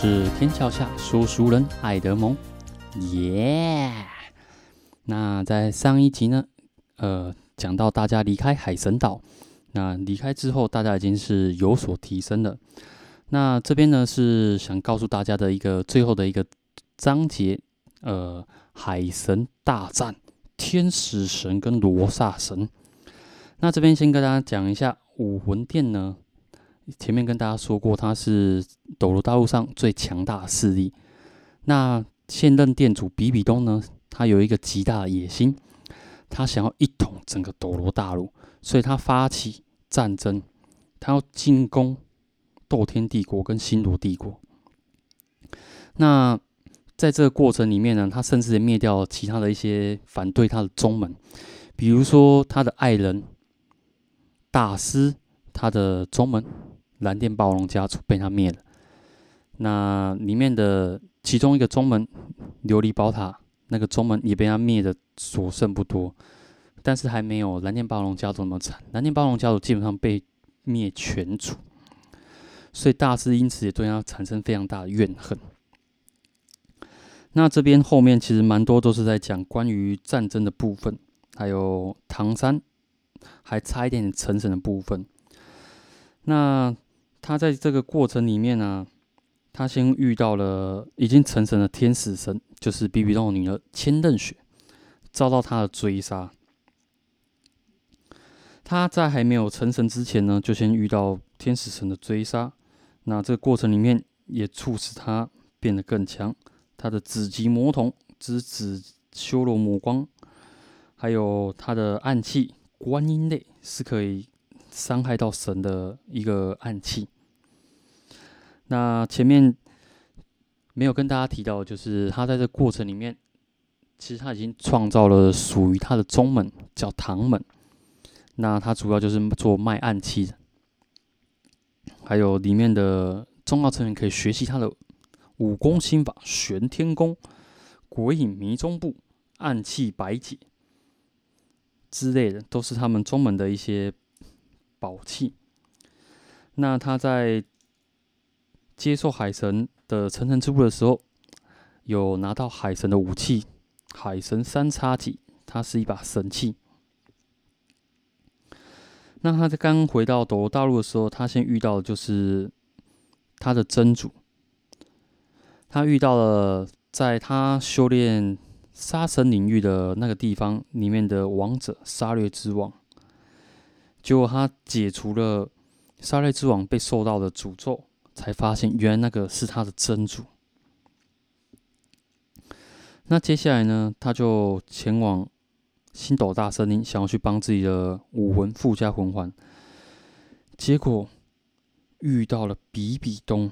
是天桥下说书人艾德蒙，耶、那在上一集呢，讲到大家离开海神岛，那离开之后，大家已经是有所提升了。那这边呢是想告诉大家的一个最后的一个章节，海神大战天使神跟罗刹神。那这边先跟大家讲一下武魂殿呢。前面跟大家说过，它是斗罗大陆上最强大的势力。那现任店主比比东呢，他有一个极大的野心，他想要一统整个斗罗大陆，所以他发起战争，他要进攻斗天帝国跟星罗帝国。那在这个过程里面呢，他甚至也灭掉了其他的一些反对他的宗门，比如说他的爱人大师，他的宗门蓝电暴龙家族被他灭了。那里面的其中一个宗门琉璃宝塔那个宗门也被他灭的所剩不多，但是还没有蓝电暴龙家族那么惨。蓝电暴龙家族基本上被灭全族，所以大师因此也对他产生非常大的怨恨。那这边后面其实蛮多都是在讲关于战争的部分，还有唐三还差一点点成神的部分。那他在这个过程里面呢，他先遇到了已经成神的天使神，就是比比东的女儿千仞雪，遭到他的追杀。他在还没有成神之前呢，就先遇到天使神的追杀。那这个过程里面也促使他变得更强。他的紫极魔瞳之紫修罗魔光，还有他的暗器观音类，是可以伤害到神的一个暗器。那前面没有跟大家提到，就是他在这过程里面，其实他已经创造了属于他的宗门，叫唐门。那他主要就是做卖暗器的，还有里面的重要成员可以学习他的武功心法玄天功、鬼影迷踪步、暗器百解之类的，都是他们宗门的一些宝器。那他在接受海神的成神之物的时候，有拿到海神的武器海神三叉戟，它是一把神器。那他在刚回到斗罗大陆的时候，他先遇到的就是他的真主，他遇到了在他修炼杀神领域的那个地方里面的王者杀掠之王。结果他解除了杀掠之王被受到的诅咒，才发现原来那个是他的真主。那接下来呢，他就前往星斗大森林，想要去帮自己的武魂附加魂环，结果遇到了比比东。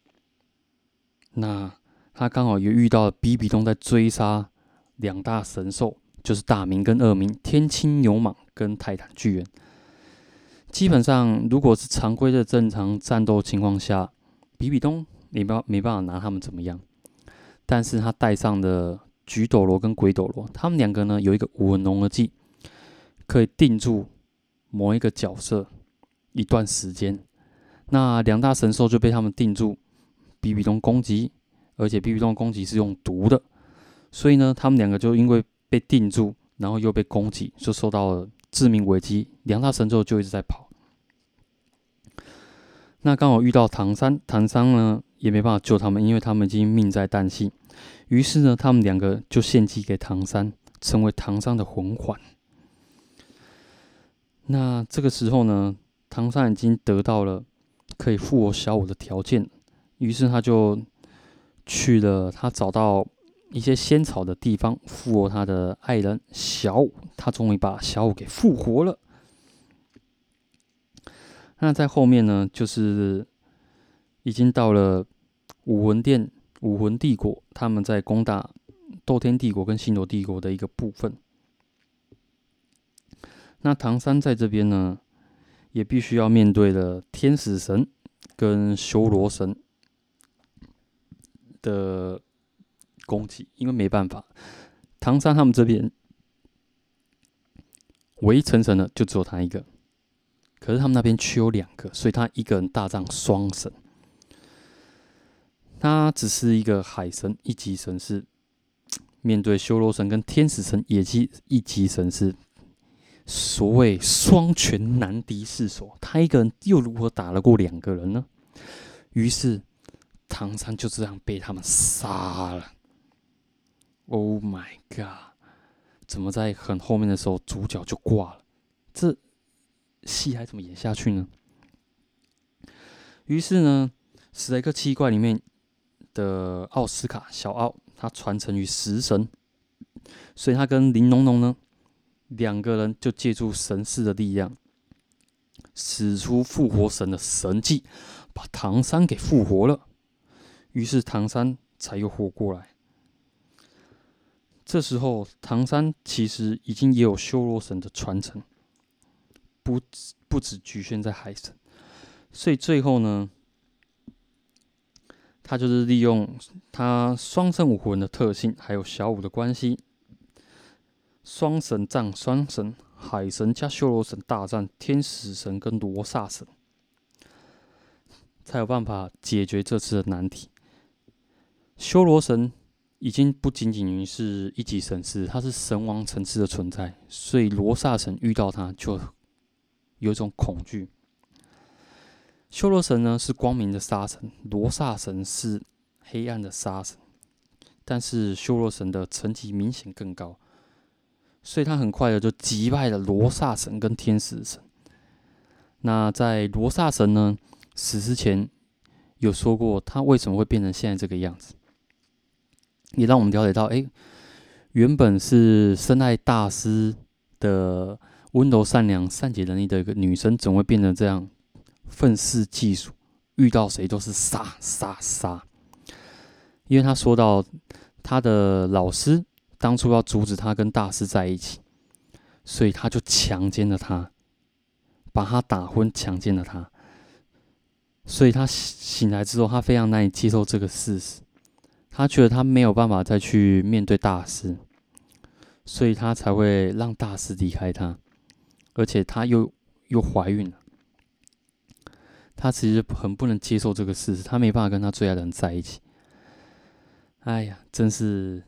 那他刚好也遇到了比比东在追杀两大神兽，就是大明跟二明，天青牛蟒跟泰坦巨猿。基本上，如果是常规的正常战斗情况下，比比东没办法拿他们怎么样。但是他带上的菊斗罗跟鬼斗罗，他们两个呢有一个武魂融合技，可以定住某一个角色一段时间。那两大神兽就被他们定住，比比东攻击，而且比比东的攻击是用毒的，所以呢，他们两个就因为被定住，然后又被攻击，就受到了致命危机。两大神兽就一直在跑。那刚好遇到唐三，唐三呢也没办法救他们，因为他们已经命在旦夕。于是呢，他们两个就献祭给唐三，成为唐三的魂环。那这个时候呢，唐三已经得到了可以复活小舞的条件，于是他就去了，他找到一些仙草的地方，复活他的爱人小舞。他终于把小舞给复活了。那在后面呢，就是已经到了武魂殿、武魂帝国，他们在攻打斗天帝国跟星罗帝国的一个部分。那唐三在这边呢，也必须要面对了天使神跟修罗神的攻击，因为没办法，唐三他们这边唯一成神的就只有他一个。可是他们那边却有两个，所以他一个人大战双神。 他只是一个海神一级神士，面对修罗神跟天使神也是一级神士，所谓双拳难敌四手，他一个人又如何打得过2个人呢？于是唐三就这样被他们杀了。Oh my god！ 怎么在很后面的时候主角就挂了？这戏还怎么演下去呢？于是呢，史莱克七怪里面的奥斯卡小奥，他传承于食神，所以他跟林农农呢2个人就借助神士的力量，使出复活神的神迹，把唐三给复活了。于是唐三才又活过来。这时候唐三其实已经也有修罗神的传承，不只局限在海神，所以最后呢，他就是利用他双生武魂的特性，还有小五的关系，双神战双神，海神加修罗神大战天使神跟罗刹神，才有办法解决这次的难题。修罗神已经不仅仅是一级神士，他是神王层次的存在，所以罗刹神遇到他就有一种恐惧。修罗神呢是光明的杀神，罗刹神是黑暗的杀神，但是修罗神的层级明显更高，所以他很快的就击败了罗刹神跟天使神。那在罗刹神呢死之前有说过他为什么会变成现在这个样子，也让我们了解到，原本是深爱大师的温柔善良、善解人意的一个女生，怎么会变成这样愤世嫉俗，遇到谁都是杀杀杀？因为他说到他的老师当初要阻止他跟大师在一起，所以他就强奸了他，把他打昏，强奸了他。所以他醒来之后，他非常难以接受这个事实。他觉得他没有办法再去面对大师，所以他才会让大师离开他，而且他又怀孕了。他其实很不能接受这个事实，他没办法跟他最爱的人在一起。哎呀，真是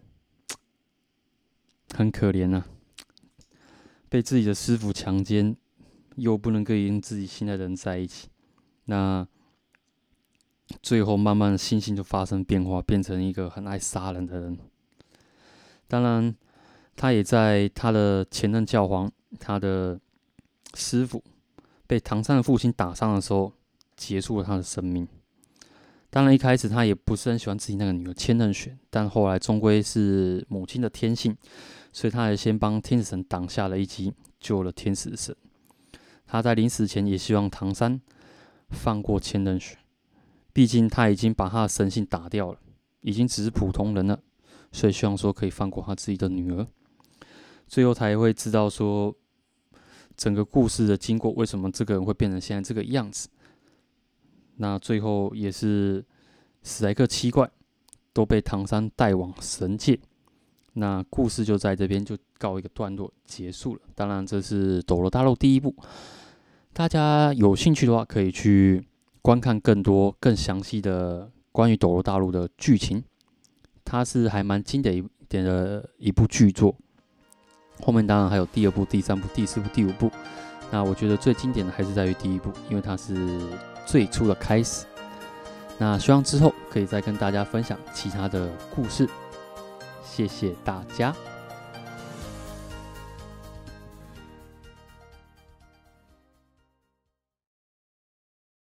很可怜啊！被自己的师傅强奸，又不能跟自己心爱的人在一起，那最后慢慢的心性就发生变化，变成一个很爱杀人的人。当然，他也在他的前任教皇，他的师傅被唐三的父亲打伤的时候，结束了他的生命。当然，一开始他也不是很喜欢自己那个女儿千仞雪，但后来终归是母亲的天性，所以他也先帮天使神挡下了一击，救了天使神。他在临死前也希望唐三放过千仞雪，毕竟他已经把他的神性打掉了，已经只是普通人了，所以希望说可以放过他自己的女儿。最后才会知道说整个故事的经过，为什么这个人会变成现在这个样子。那最后也是史莱克七怪都被唐三带往神界，那故事就在这边就告一个段落结束了。当然，这是《斗罗大陆》第一部，大家有兴趣的话可以去观看更多更详细的关于《斗罗大陆》的剧情，它是还蛮经典一点的一部剧作。后面当然还有第2部、第3部、第4部、第5部。那我觉得最经典的还是在于第1部，因为它是最初的开始。那希望之后可以再跟大家分享其他的故事。谢谢大家。